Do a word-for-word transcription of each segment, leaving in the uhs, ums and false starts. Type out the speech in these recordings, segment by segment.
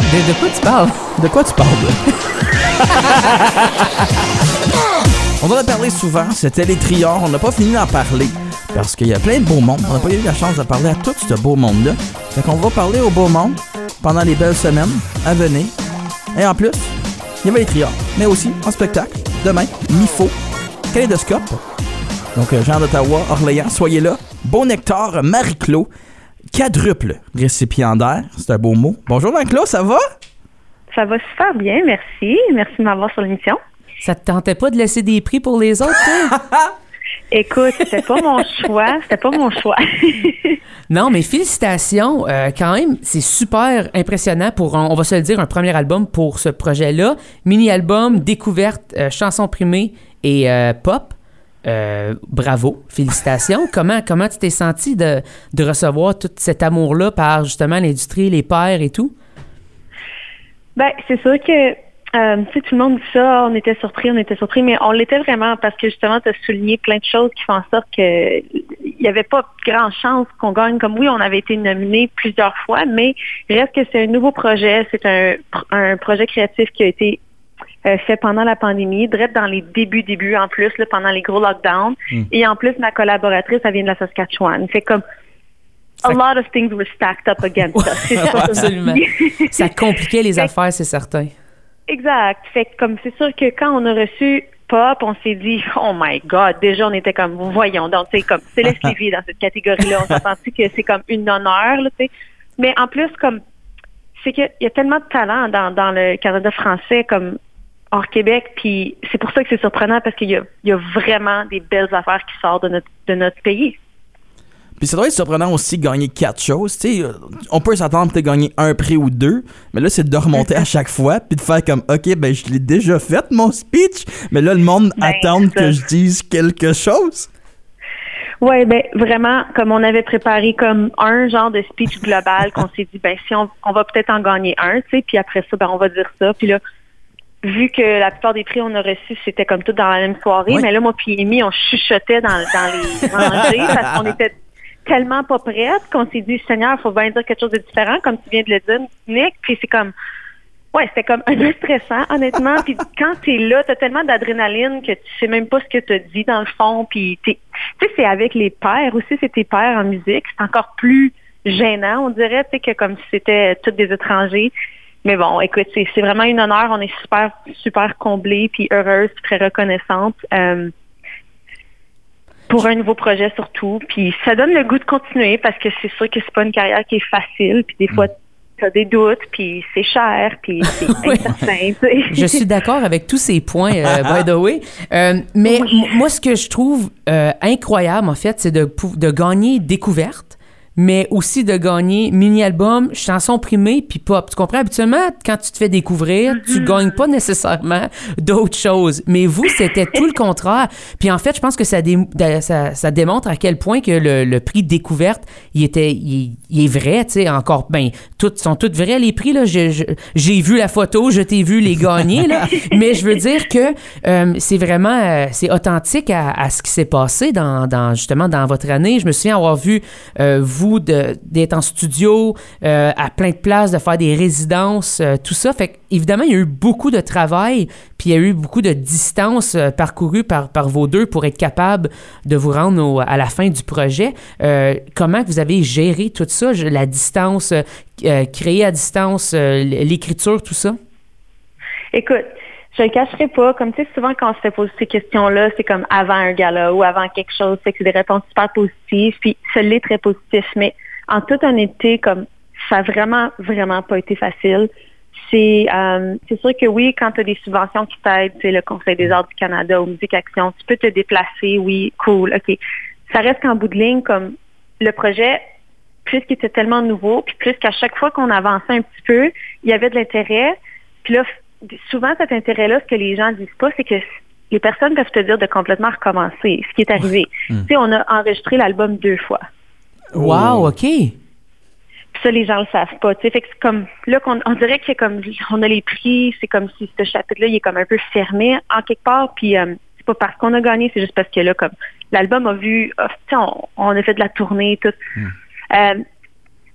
De, de quoi tu parles? De quoi tu parles? On en a parlé souvent, c'était les triards. On n'a pas fini d'en parler parce qu'il y a plein de beau monde. On n'a pas eu la chance de parler à tout ce beau monde-là. Fait qu'on va parler au beau monde pendant les belles semaines à venir. Et en plus, il y avait les triards, mais aussi en spectacle, demain, M I F O, Kaléidoscope. Donc, Jean d'Ottawa, Orléans, soyez là. Beau Nectar, Marie-Claude, quadruple récipiendaire. C'est un beau mot. Bonjour Marie-Claude, ça va? Ça va super bien, merci. Merci de m'avoir sur l'émission. Ça te tentait pas de laisser des prix pour les autres, toi? Écoute, c'était pas mon choix. C'était pas mon choix. Non, mais félicitations. Euh, quand même, c'est super impressionnant pour, un, on va se le dire, un premier album pour ce projet-là. Mini-album, découverte, euh, chansons primées et euh, pop. Euh, bravo, félicitations. comment, comment tu t'es senti de, de recevoir tout cet amour-là par justement l'industrie, les pairs et tout? Ben, c'est sûr que Euh, tu sais, tout le monde dit ça, on était surpris, on était surpris, mais on l'était vraiment parce que justement, tu as souligné plein de choses qui font en sorte que il n'y avait pas grand chance qu'on gagne. Comme oui, on avait été nominé plusieurs fois, mais reste que c'est un nouveau projet, c'est un, un projet créatif qui a été euh, fait pendant la pandémie, direct dans les débuts, débuts en plus, là, pendant les gros lockdowns. Mm. Et en plus, ma collaboratrice, elle vient de la Saskatchewan. Fait comme a lot of things were stacked up against us. C'est ça. Absolument. Ça compliquait les affaires, c'est certain. Exact. Fait que comme c'est sûr que quand on a reçu Pop, on s'est dit oh my God, déjà on était comme voyons donc c'est comme Céleste Lévy dans cette catégorie-là, on s'est senti que c'est comme une honneur, là, tu sais. Mais en plus comme c'est qu'il y a tellement de talent dans, dans le Canada français comme hors Québec, puis c'est pour ça que c'est surprenant parce qu'il y a, il y a vraiment des belles affaires qui sortent de notre de notre pays. Puis ça doit être surprenant aussi de gagner quatre choses. Tu sais, on peut s'attendre peut-être gagner un prix ou deux, mais là, c'est de remonter à chaque fois puis de faire comme, OK, ben je l'ai déjà fait, mon speech, mais là, le monde ben, attend que je dise quelque chose. Oui, ben vraiment, comme on avait préparé comme un genre de speech global qu'on s'est dit, ben si on, on va peut-être en gagner un, tu sais, puis après ça, ben on va dire ça. Puis là, vu que la plupart des prix qu'on a reçus, c'était comme tout dans la même soirée, oui. Mais là, moi puis Amy, on chuchotait dans, dans les rangées parce qu'on était tellement pas prête qu'on s'est dit Seigneur, il faut bien dire quelque chose de différent, comme tu viens de le dire, Nick. Puis c'est comme, ouais, c'était comme un peu stressant, honnêtement. Puis quand t'es là, t'as tellement d'adrénaline que tu sais même pas ce que t'as dit dans le fond. Puis tu sais, c'est avec les pairs aussi, c'est tes pairs en musique, c'est encore plus gênant, on dirait, tu sais, que comme si c'était tous des étrangers. Mais bon, écoute, c'est, c'est vraiment une honneur. On est super, super comblés, puis heureuse, puis très reconnaissante. Euh, pour un nouveau projet surtout, puis ça donne le goût de continuer parce que c'est sûr que c'est pas une carrière qui est facile, puis des fois t'as des doutes, puis c'est cher, puis c'est oui. incertain. Je suis d'accord avec tous ces points, euh, by the way. Euh, mais oui. m- moi, ce que je trouve euh, incroyable, en fait, c'est de, de gagner découverte, mais aussi de gagner mini-album, chansons primées, puis pop. Tu comprends? Habituellement, quand tu te fais découvrir, mm-hmm. tu gagnes pas nécessairement d'autres choses. Mais vous, c'était tout le contraire. Puis en fait, je pense que ça, dé- ça, ça démontre à quel point que le, le prix découverte, il était, il, il est vrai, tu sais, encore, ben, toutes sont toutes vraies, les prix, là. Je, je, j'ai vu la photo, je t'ai vu les gagner, là. Mais je veux dire que euh, c'est vraiment, euh, c'est authentique à, à ce qui s'est passé dans, dans, justement, dans votre année. Je me souviens avoir vu, euh, vous, De, d'être en studio, euh, à plein de places, de faire des résidences, euh, tout ça. Fait qu'évidemment, il y a eu beaucoup de travail, puis il y a eu beaucoup de distance euh, parcourue par, par vos deux pour être capable de vous rendre au, à la fin du projet. Euh, comment vous avez géré tout ça, la distance, euh, créer à distance, euh, l'écriture, tout ça? Écoute, je le cacherai pas. Comme tu sais, souvent quand on se fait poser ces questions-là, c'est comme avant un gala ou avant quelque chose. C'est que c'est des réponses super positives. Puis ça l'est très positif. Mais en toute honnêteté, comme ça a vraiment, vraiment pas été facile. C'est, euh, c'est sûr que oui, quand tu as des subventions qui t'aident, c'est le Conseil des arts du Canada ou Musique Action, tu peux te déplacer, oui, cool, OK. Ça reste qu'en bout de ligne, comme le projet, plus qu'il était tellement nouveau, puis plus qu'à chaque fois qu'on avançait un petit peu, il y avait de l'intérêt. Puis là, souvent, cet intérêt-là, ce que les gens disent pas, c'est que les personnes peuvent te dire de complètement recommencer, ce qui est arrivé. Mmh. Tu sais, on a enregistré l'album deux fois. Wow, OK. Puis ça, les gens le savent pas. Tu sais, fait que c'est comme, là, qu'on, on dirait que comme, on a les prix, c'est comme si ce chapitre-là, il est comme un peu fermé en quelque part, puis euh, c'est pas parce qu'on a gagné, c'est juste parce que là, comme, l'album a vu, oh, tu sais, on, on a fait de la tournée, tout. Mmh. Euh,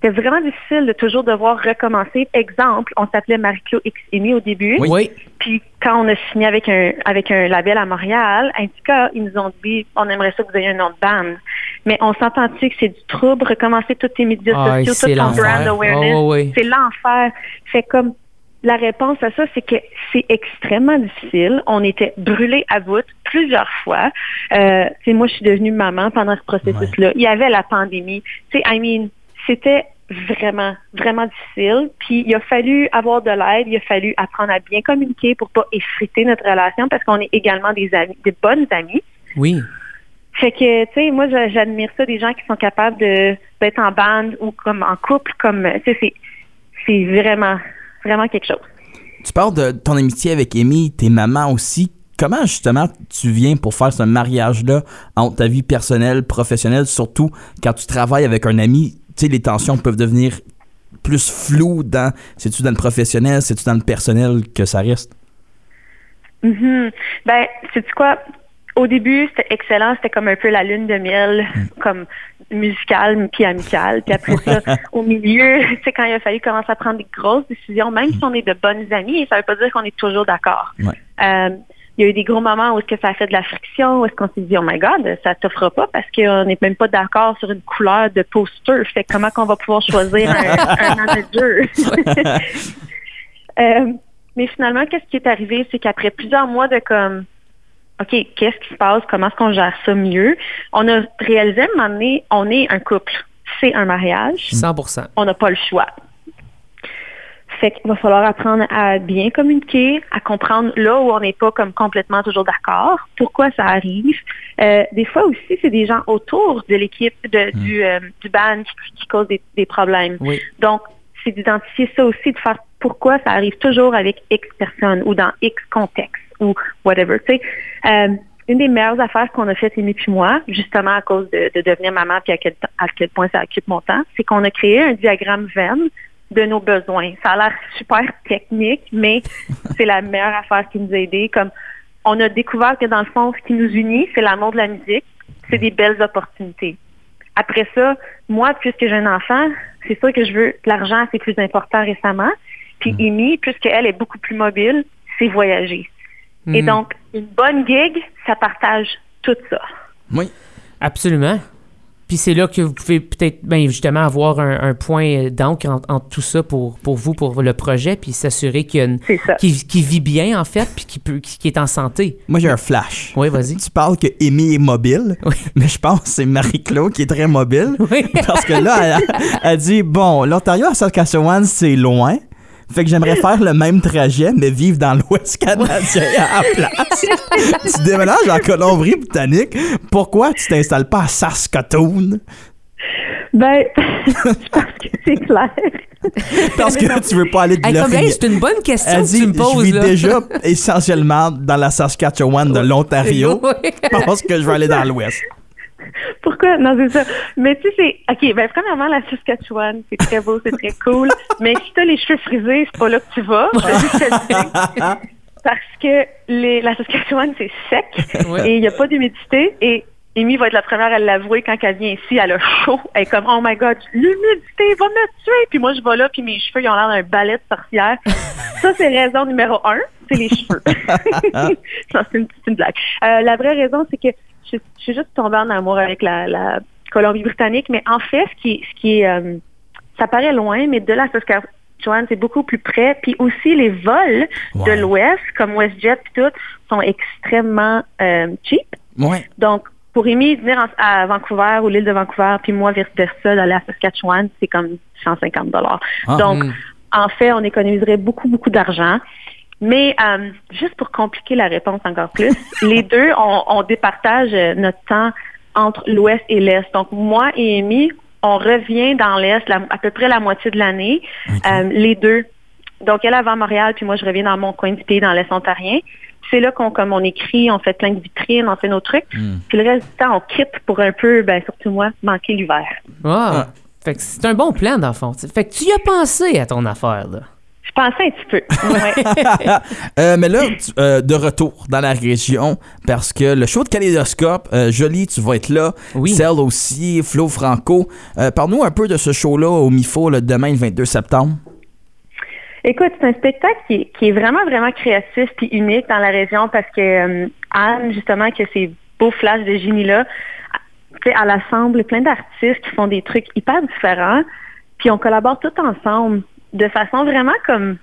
c'était vraiment difficile de toujours devoir recommencer. Exemple, on s'appelait Marie-Claude X Amy au début. Oui. Puis quand on a signé avec un avec un label à Montréal, Indica, ils nous ont dit on aimerait ça que vous ayez un nom de band. Mais on s'entend-tu que c'est du trouble, recommencer tous tes médias Ah, sociaux, c'est tout ton l'enfer. brand awareness. Oh, oui. C'est l'enfer. Fait comme la réponse à ça, c'est que c'est extrêmement difficile. On était brûlés à bout plusieurs fois. Euh, tu sais, moi, je suis devenue maman pendant ce processus-là. Ouais. Il y avait la pandémie. Tu sais, I mean, c'était vraiment, vraiment difficile. Puis, il a fallu avoir de l'aide. Il a fallu apprendre à bien communiquer pour pas effriter notre relation parce qu'on est également des amis, des bonnes amies. Oui. Fait que, tu sais, moi, j'admire ça, des gens qui sont capables de d'être en band ou comme en couple, comme, tu sais, c'est, c'est vraiment... vraiment quelque chose. Tu parles de ton amitié avec Amy, tes mamans aussi. Comment, justement, tu viens pour faire ce mariage-là entre ta vie personnelle, professionnelle, surtout quand tu travailles avec un ami? Tu sais, les tensions peuvent devenir plus floues dans... C'est-tu dans le professionnel, c'est-tu dans le personnel que ça reste? Mm-hmm. Ben, sais-tu quoi? Au début, c'était excellent. C'était comme un peu la lune de miel, mm. comme musicale puis amicale. Puis après ça, au milieu, tu sais, quand il a fallu commencer à prendre des grosses décisions, même si on est de bonnes amies, ça veut pas dire qu'on est toujours d'accord. Ouais. Euh, il y a eu des gros moments où est-ce que ça a fait de la friction, où est-ce qu'on s'est dit, oh my God, ça t'offre pas parce qu'on n'est même pas d'accord sur une couleur de poster. Fait comment qu'on va pouvoir choisir un, un manager? euh, mais finalement, qu'est-ce qui est arrivé? C'est qu'après plusieurs mois de comme, OK, qu'est-ce qui se passe? Comment est-ce qu'on gère ça mieux? On a réalisé à un moment donné, on est un couple. C'est un mariage. cent pour cent. On n'a pas le choix. Fait qu'il va falloir apprendre à bien communiquer, à comprendre là où on n'est pas comme complètement toujours d'accord, pourquoi ça arrive. Euh, des fois aussi, c'est des gens autour de l'équipe de, mmh. du, euh, du band qui, qui causent des, des problèmes. Oui. Donc, c'est d'identifier ça aussi, de faire pourquoi ça arrive toujours avec X personnes ou dans X contexte ou whatever. Tu sais, euh, une des meilleures affaires qu'on a faites, Amy puis moi, justement à cause de, de devenir maman puis à quel, à quel point ça occupe mon temps, c'est qu'on a créé un diagramme Venn de nos besoins. Ça a l'air super technique, mais c'est la meilleure affaire qui nous a aidés. Comme on a découvert que dans le fond, ce qui nous unit, c'est l'amour de la musique, c'est des belles opportunités. Après ça, moi, puisque j'ai un enfant, c'est sûr que je veux l'argent, c'est plus important récemment. Puis mmh. Amy, puisqu'elle est beaucoup plus mobile, c'est voyager. Mmh. Et donc, une bonne gig, ça partage tout ça. Oui. Absolument. Puis c'est là que vous pouvez peut-être ben, justement avoir un, un point d'encre entre, entre tout ça pour, pour vous, pour le projet, puis s'assurer qu'il, y a une, qu'il, qu'il vit bien, en fait, puis qu'il, peut, qu'il est en santé. Moi, j'ai un flash. Oui, vas-y. Tu parles que Amy est mobile, oui. mais je pense que c'est Marie-Claude qui est très mobile. Oui. Parce que là, elle, elle dit, bon, l'Ontario à Saskatchewan, c'est loin. Fait que j'aimerais faire le même trajet, mais vivre dans l'Ouest canadien à la place. Tu déménages en Colombie-Britannique. Pourquoi tu t'installes pas à Saskatoon? Ben, je pense que c'est clair. Parce que tu veux pas aller de hey, l'Orient. Hey, c'est une bonne question Elle que dit, tu me poses. Je vis là. déjà essentiellement dans la Saskatchewan de l'Ontario. Je pense que je vais aller dans l'Ouest. Pourquoi? Non, c'est ça. Mais tu sais, c'est... OK, ben premièrement, la Saskatchewan, c'est très beau, c'est très cool. Mais si t'as les cheveux frisés, c'est pas là que tu vas. Parce que les... la Saskatchewan, c'est sec ouais. et il n'y a pas d'humidité. Et Amy va être la première à l'avouer quand elle vient ici, elle a chaud. Elle est comme, oh my God, l'humidité va me tuer. Puis moi, je vais là, puis mes cheveux, ils ont l'air d'un balai de sorcière. Ça, c'est raison numéro un, c'est les cheveux. Non, c'est une, c'est une blague. Euh, la vraie raison, c'est que je, je suis juste tombée en amour avec la, la Colombie-Britannique. Mais en fait, ce qui, ce qui est, euh, ça paraît loin, mais de la Saskatchewan, c'est beaucoup plus près. Puis aussi, les vols wow. de l'Ouest, comme WestJet puis tout, sont extrêmement euh, cheap. Ouais. Donc, pour Amy, venir en, à Vancouver ou l'île de Vancouver, puis moi, vice-versa, d'aller à Saskatchewan, c'est comme cent cinquante dollars. Ah, Donc, mm. en fait, on économiserait beaucoup, beaucoup d'argent. Mais euh, juste pour compliquer la réponse encore plus, les deux, on, on départage notre temps entre l'Ouest et l'Est. Donc, moi et Amy, on revient dans l'Est la, à peu près la moitié de l'année, okay. euh, les deux. Donc, elle va à Montréal, puis moi, je reviens dans mon coin du pays, dans l'Est ontarien. C'est là qu'on comme on écrit, on fait plein de vitrines, on fait nos trucs. Mm. Puis le reste du temps, on quitte pour un peu, ben surtout moi, manquer l'hiver. Wow. Ah. Fait que c'est un bon plan, dans le fond. Fait que tu y as pensé à ton affaire, là. Je pensais un petit peu. Ouais. euh, mais là, tu, euh, de retour dans la région, parce que le show de Kaléidoscope, euh, Jolie, tu vas être là. Oui. Celle aussi, Flo Franco. Euh, parle-nous un peu de ce show-là au M I F O, le demain, le vingt-deux septembre. Écoute, c'est un spectacle qui est, qui est vraiment, vraiment créatif et unique dans la région parce que euh, Anne, justement, que ces beaux flashs de génie-là, elle assemble plein d'artistes qui font des trucs hyper différents, puis on collabore tous ensemble de façon vraiment comme...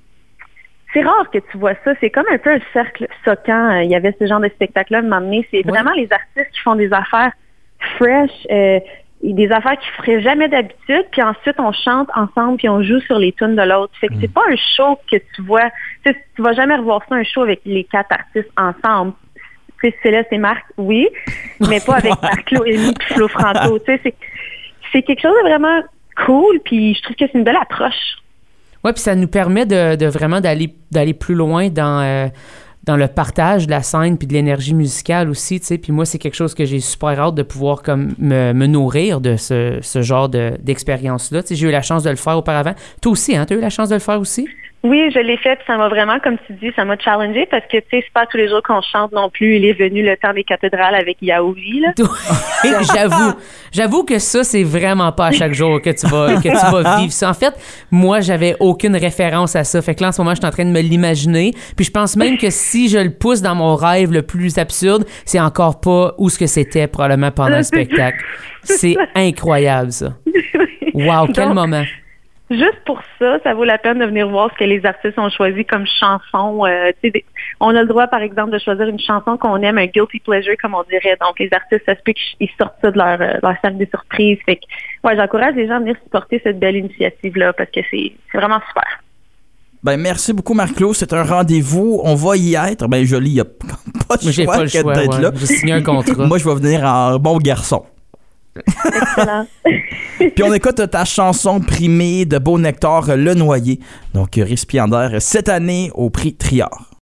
C'est rare que tu vois ça. C'est comme un peu un cercle soquant. Il y avait ce genre de spectacle-là de m'emmener. C'est vraiment ouais. les artistes qui font des affaires fresh, euh, des affaires qu'ils feraient jamais d'habitude, puis ensuite on chante ensemble puis on joue sur les tunes de l'autre. Fait que c'est pas un show que tu vois, tu sais, tu vas jamais revoir ça un show avec les quatre artistes ensemble. Tu sais, Céleste et Marc, oui, mais pas avec Marc-Claude et Flo Franco. Tu sais, c'est, c'est quelque chose de vraiment cool, puis je trouve que c'est une belle approche. Oui, puis ça nous permet de, de vraiment d'aller d'aller plus loin dans euh, dans le partage de la scène puis de l'énergie musicale aussi, tu sais. Puis moi, c'est quelque chose que j'ai super hâte de pouvoir comme me, me nourrir de ce, ce genre de, d'expérience-là. Tu sais, j'ai eu la chance de le faire auparavant. Toi aussi, hein? Tu as eu la chance de le faire aussi? Oui, je l'ai fait, puis ça m'a vraiment, comme tu dis, ça m'a challengé parce que, tu sais, c'est pas tous les jours qu'on chante non plus. Il est venu le temps des cathédrales avec Yaovi, là. j'avoue, j'avoue que ça, c'est vraiment pas à chaque jour que tu vas, que tu vas vivre ça. En fait, moi, j'avais aucune référence à ça. Fait que là, en ce moment, je suis en train de me l'imaginer. Puis je pense même que si je le pousse dans mon rêve le plus absurde, c'est encore pas où ce que c'était probablement pendant le spectacle. C'est incroyable, ça. Wow, quel Donc, moment. Juste pour ça, ça vaut la peine de venir voir ce que les artistes ont choisi comme chanson. Euh, des, on a le droit, par exemple, de choisir une chanson qu'on aime, un guilty pleasure, comme on dirait. Donc, les artistes, ça se peut qu'ils sortent ça de leur, leur cercle des surprises. Fait que, ouais, j'encourage les gens à venir supporter cette belle initiative-là parce que c'est, c'est vraiment super. Ben, merci beaucoup, Marc-Claude. C'est un rendez-vous. On va y être. Ben, Jolie, il n'y a pas de J'ai choix, pas le choix d'être ouais. là. J'ai signé un contrat. Moi, je vais venir en bon garçon. Excellent. Puis on écoute ta chanson primée de Beau Nectar, Le Noyer, donc récipiendaire cette année au prix Triard.